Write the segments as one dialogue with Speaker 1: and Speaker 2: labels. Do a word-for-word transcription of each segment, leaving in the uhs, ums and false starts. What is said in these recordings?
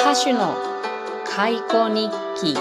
Speaker 1: 歌手の蚕日記。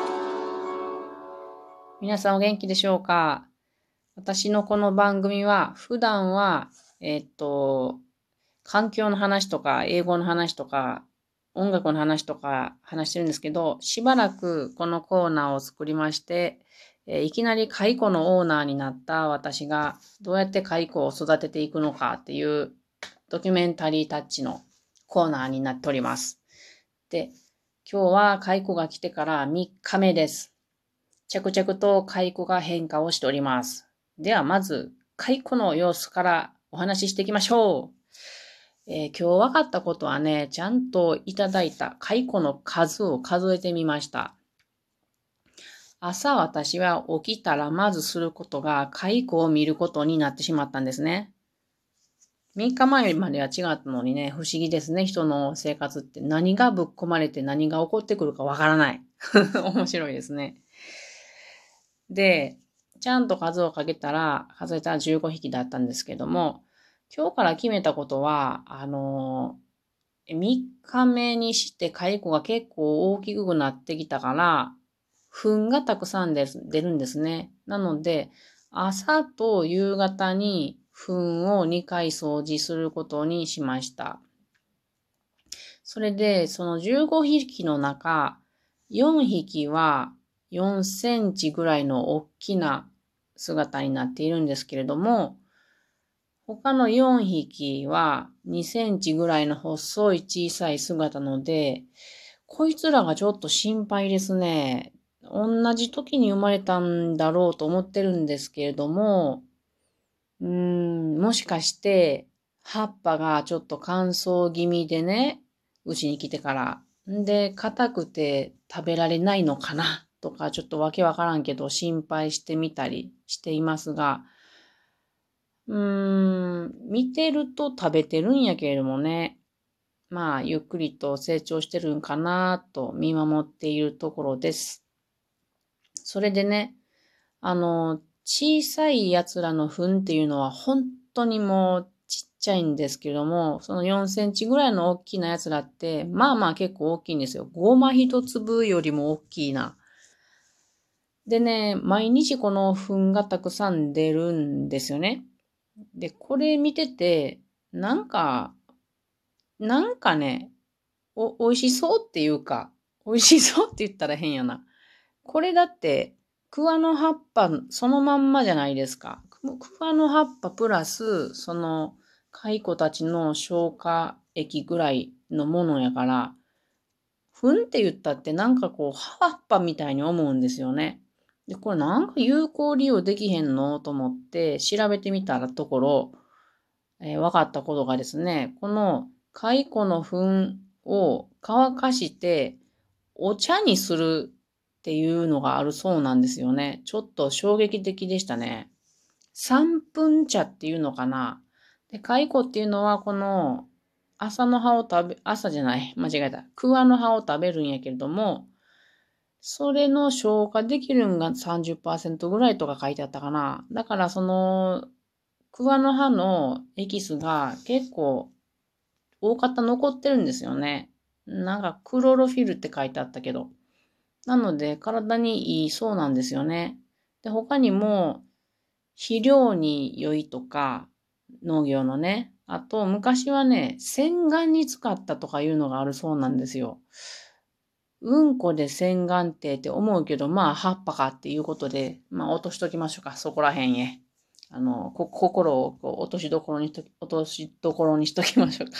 Speaker 1: 皆さんお元気でしょうか？私のこの番組は普段はえっと環境の話とか英語の話とか音楽の話とか話してるんですけど、しばらくこのコーナーを作りまして、えーいきなり蚕のオーナーになった私がどうやって蚕を育てていくのかっていうドキュメンタリータッチのコーナーになっております。で、今日は蚕が来てからみっかめです。着々と蚕が変化をしております。ではまず蚕の様子からお話ししていきましょう。えー今日分かったことはね、ちゃんといただいた蚕の数を数えてみました。朝私は起きたらまずすることが蚕を見ることになってしまったんですね。みっかまえまでは違ったのにね、不思議ですね、人の生活って何がぶっ込まれて何が起こってくるかわからない。面白いですね。で、ちゃんと数をかけたら、数えたらじゅうごひきだったんですけども、今日から決めたことは、あの、みっかめにして蚕が結構大きくなってきたから、糞がたくさんです、出るんですね。なので、朝と夕方に糞をにかい掃除することにしました。それで、そのじゅうごひきの中、よんひきはよんセンチぐらいの大きな姿になっているんですけれども、他のよんひきはにセンチぐらいの細い小さい姿ので、こいつらがちょっと心配ですね。同じ時に生まれたんだろうと思ってるんですけれども、うーん、もしかして葉っぱがちょっと乾燥気味でね、うちに来てから。んで、硬くて食べられないのかなとか、ちょっとわけわからんけど心配してみたりしていますが、うーん、見てると食べてるんやけれどもね、まあ、ゆっくりと成長してるんかなと見守っているところです。それでね、あの、小さい奴らの糞っていうのは本当にもうちっちゃいんですけども、そのよんセンチぐらいの大きな奴らって、まあまあ結構大きいんですよ。ごま一粒よりも大きいな。でね、毎日この糞がたくさん出るんですよね。で、これ見てて、なんか、なんかね、お、美味しそうっていうか、美味しそうって言ったら変やな。これだって、桑の葉っぱそのまんまじゃないですか。桑の葉っぱプラス、その、蚕たちの消化液ぐらいのものやから、ふんって言ったってなんかこう、葉っぱみたいに思うんですよね。で、これなんか有効利用できへんのと思って調べてみたらところ、えー分かったことがですね、この蚕の糞を乾かしてお茶にするっていうのがあるそうなんですよね。ちょっと衝撃的でしたね。三分茶っていうのかな。で、蚕っていうのはこの朝の葉を食べ、朝じゃない、間違えた。桑の葉を食べるんやけれども、それの消化できるんがさんじゅっパーセントぐらいとか書いてあったかな。だからその桑の葉のエキスが結構大方残ってるんですよね。なんかクロロフィルって書いてあったけど。なので体にいいそうなんですよね。で、他にも肥料に良いとか、農業のね。あと、昔はね、洗顔に使ったとかいうのがあるそうなんですよ。うんこで洗顔ってって思うけど、まあ、葉っぱかっていうことで、まあ、落としときましょうか、そこら辺へ。あの、こ心をこう落としどころにしとき、落としどころにしときましょうか。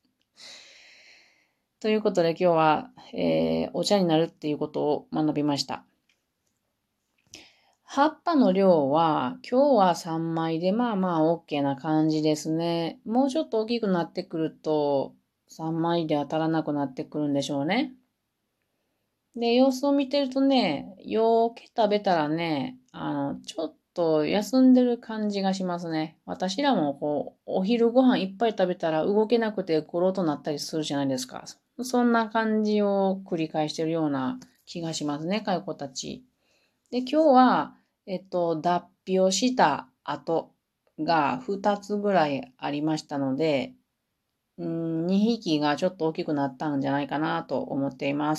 Speaker 1: ということで今日は、えーお茶になるっていうことを学びました。葉っぱの量は、今日はさんまいでまあまあ OK な感じですね。もうちょっと大きくなってくると、さんまいで当たらなくなってくるんでしょうね。で、様子を見てるとね、よーけ食べたらね、あの、ちょっと休んでる感じがしますね。私らもこう、お昼ご飯いっぱい食べたら動けなくてゴロッとなったりするじゃないですか。そんな感じを繰り返してるような気がしますね、蚕たち。で、今日は、えっと、脱皮をした後がふたつぐらいありましたので、 うん、にひきがちょっと大きくなったんじゃないかなと思っています。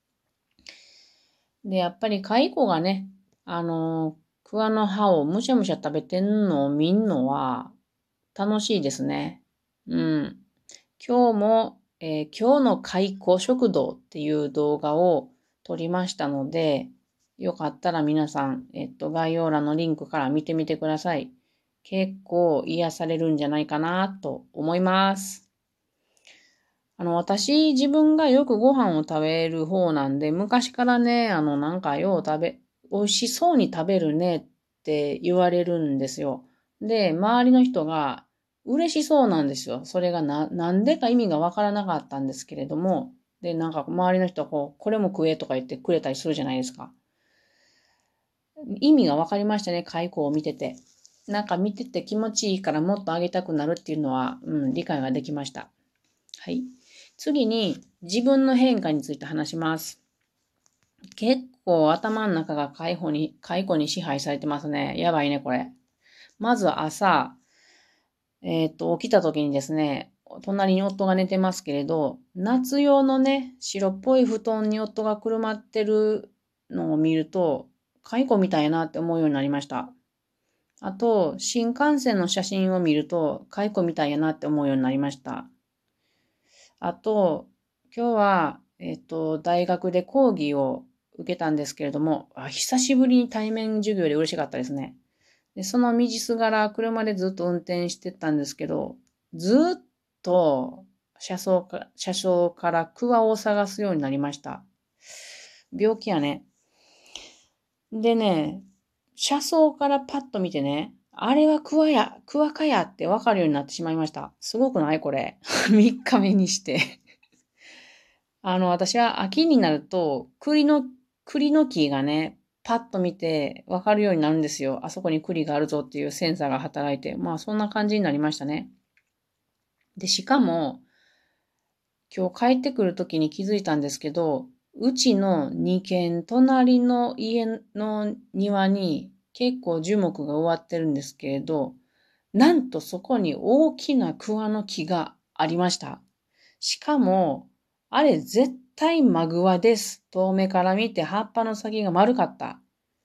Speaker 1: で、やっぱり蚕がね、あの、桑の葉をむしゃむしゃ食べてんのを見んのは楽しいですね。うん。今日も、えー今日の蚕食堂っていう動画を撮りましたので、よかったら皆さん、えっと、概要欄のリンクから見てみてください。結構癒されるんじゃないかなと思います。あの、私、自分がよくご飯を食べる方なんで、昔からね、あの、なんかよう食べ、美味しそうに食べるねって言われるんですよ。で、周りの人が嬉しそうなんですよ。それがな、なんでか意味がわからなかったんですけれども、で、なんか周りの人はこう、これも食えとか言ってくれたりするじゃないですか。意味がわかりましたね、蚕を見てて。なんか見てて気持ちいいからもっとあげたくなるっていうのは、うん、理解ができました。はい。次に自分の変化について話します。結構頭の中が解雇に、解雇に支配されてますね。やばいね、これ。まず朝、えっと、起きた時にですね、隣に夫が寝てますけれど、夏用のね、白っぽい布団に夫がくるまってるのを見ると、蚕みたいなって思うようになりました。あと、新幹線の写真を見ると、蚕みたいやなって思うようになりました。あと、今日は、えっと、大学で講義を受けたんですけれども、あ、久しぶりに対面授業で嬉しかったですね。で、その道すがら車でずっと運転してたんですけど、ずっと車窓か、車窓から桑を探すようになりました。病気やね。でね、車窓からパッと見てね、あれは桑や、桑かやってわかるようになってしまいました。すごくないこれ。みっかめにして。あの、私は秋になると、栗の、栗の木がね、パッと見てわかるようになるんですよ。あそこに栗があるぞっていうセンサーが働いて。まあ、そんな感じになりましたね。で、しかも、今日帰ってくるときに気づいたんですけど、うちのに軒隣の家の庭に結構樹木が植わってるんですけれど、なんとそこに大きな桑の木がありました。しかも、あれ絶対マグワです。遠目から見て葉っぱの先が丸かった。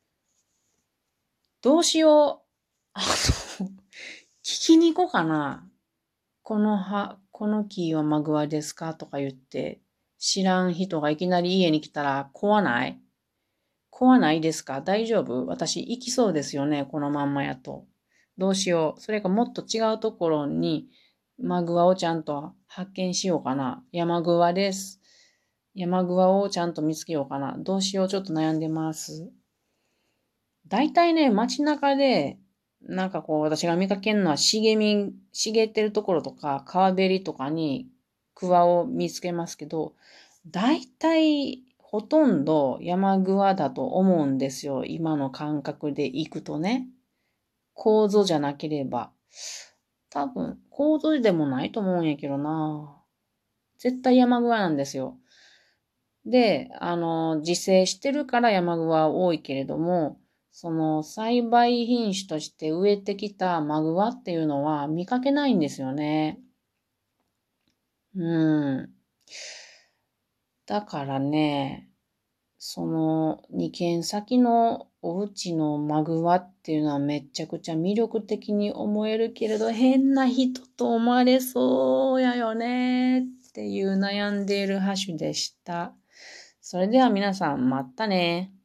Speaker 1: どうしよう。あの、聞きに行こうかな。この葉、この木はマグワですかとか言って、知らん人がいきなり家に来たら怖ない怖ないですか大丈夫私行きそうですよね。このまんまやと。どうしよう。それかもっと違うところにマグワをちゃんと発見しようかな。山グワです。山グワをちゃんと見つけようかな。どうしよう。ちょっと悩んでます。大体ね、街中で、なんかこう、私が見かけるのは茂み、茂ってるところとか、川べりとかに、クワを見つけますけど、大体、ほとんど山グワだと思うんですよ。今の感覚で行くとね。構造じゃなければ。多分、構造でもないと思うんやけどな。絶対山グワなんですよ。で、あの、自生してるから山グワ多いけれども、その栽培品種として植えてきたマグワっていうのは見かけないんですよね。うん。だからね、そのに軒先のお家のマグワっていうのはめちゃくちゃ魅力的に思えるけれど変な人と思われそうやよねっていう悩んでいるハッシュでした。それでは皆さんまたね。